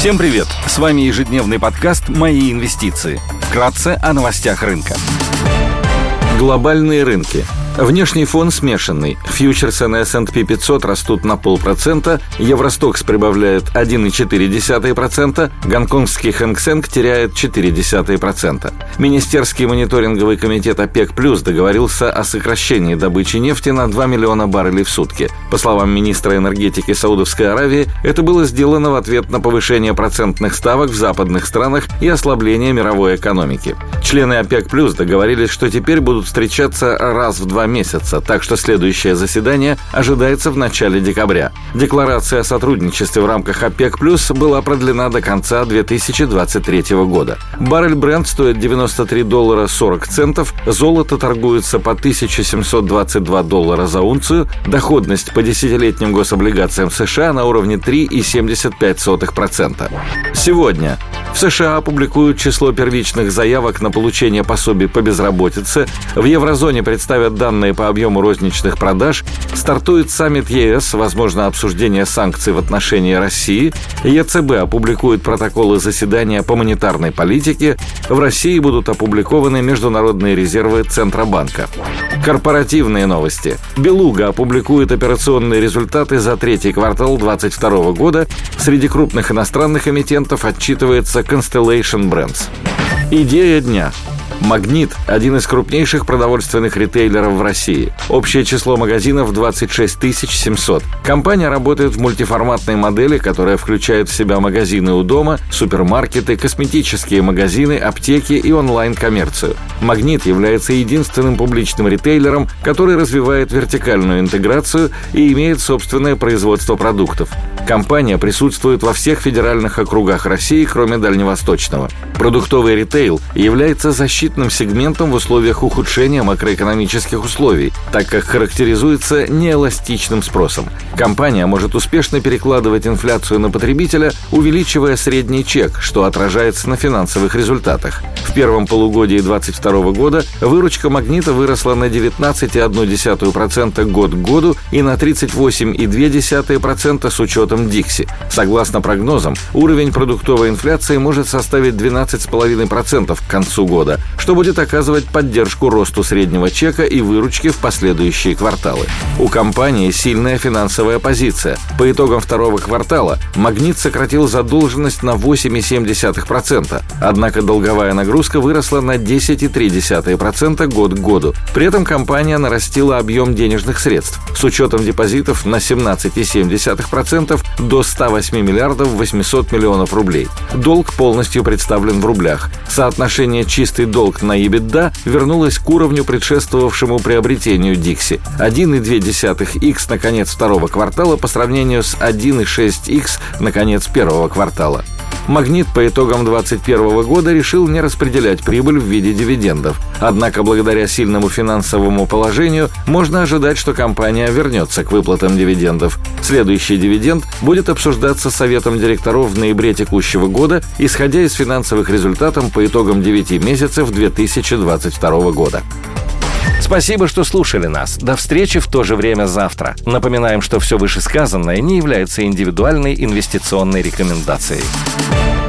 Всем привет! С вами ежедневный подкаст «Мои инвестиции». Вкратце о новостях рынка. Глобальные рынки. Внешний фон смешанный. Фьючерсы на S&P 500 растут на 0,5%, Евростокс прибавляет 1,4%, гонконгский Хэнк Сенг теряет 0,4%. Министерский мониторинговый комитет ОПЕК+ договорился о сокращении добычи нефти на 2 миллиона баррелей в сутки. По словам министра энергетики Саудовской Аравии, это было сделано в ответ на повышение процентных ставок в западных странах и ослабление мировой экономики. Члены ОПЕК+ договорились, что теперь будут встречаться раз в 2 месяца, так что следующее заседание ожидается в начале декабря. Декларация о сотрудничестве в рамках ОПЕК+ была продлена до конца 2023 года. Баррель Brent стоит $93.40, золото торгуется по $1722 за унцию, доходность по десятилетним гособлигациям США на уровне 3,75%. Сегодня в США опубликуют число первичных заявок на получение пособий по безработице, в еврозоне представят данные по объему розничных продаж, стартует саммит ЕС, возможно обсуждение санкций в отношении России, ЕЦБ опубликует протоколы заседания по монетарной политике, в России будут опубликованы международные резервы Центробанка. Корпоративные новости. Белуга опубликует операционные результаты за третий квартал 2022 года. Среди крупных иностранных эмитентов отчитывается Constellation Brands. Идея дня. «Магнит» – один из крупнейших продовольственных ритейлеров в России. Общее число магазинов – 26 700. Компания работает в мультиформатной модели, которая включает в себя магазины у дома, супермаркеты, косметические магазины, аптеки и онлайн-коммерцию. «Магнит» является единственным публичным ритейлером, который развивает вертикальную интеграцию и имеет собственное производство продуктов. Компания присутствует во всех федеральных округах России, кроме Дальневосточного. Продуктовый ритейл является защитным сегментом в условиях ухудшения макроэкономических условий, так как характеризуется неэластичным спросом. Компания может успешно перекладывать инфляцию на потребителя, увеличивая средний чек, что отражается на финансовых результатах. В первом полугодии 2022 года выручка «Магнита» выросла на 19,1% год к году и на 38,2% с учетом Dixie. Согласно прогнозам, уровень продуктовой инфляции может составить 12,5% к концу года, что будет оказывать поддержку росту среднего чека и выручки в последующие кварталы. У компании сильная финансовая позиция. По итогам второго квартала «Магнит» сократил задолженность на 8,7%, однако долговая нагрузка выросла на 10,3% год к году. При этом компания нарастила объем денежных средств с учетом депозитов на 17,7% до 108 миллиардов 800 миллионов рублей. Долг полностью представлен в рублях. Соотношение чистый долг на EBITDA вернулось к уровню, предшествовавшему приобретению Dixie. 1,2x на конец второго квартала по сравнению с 1,6x на конец первого квартала. «Магнит» по итогам 2021 года решил не распределять прибыль в виде дивидендов. Однако благодаря сильному финансовому положению можно ожидать, что компания вернется к выплатам дивидендов. Следующий дивиденд будет обсуждаться Советом директоров в ноябре текущего года, исходя из финансовых результатов по итогам 9 месяцев 2022 года. Спасибо, что слушали нас. До встречи в то же время завтра. Напоминаем, что все вышесказанное не является индивидуальной инвестиционной рекомендацией.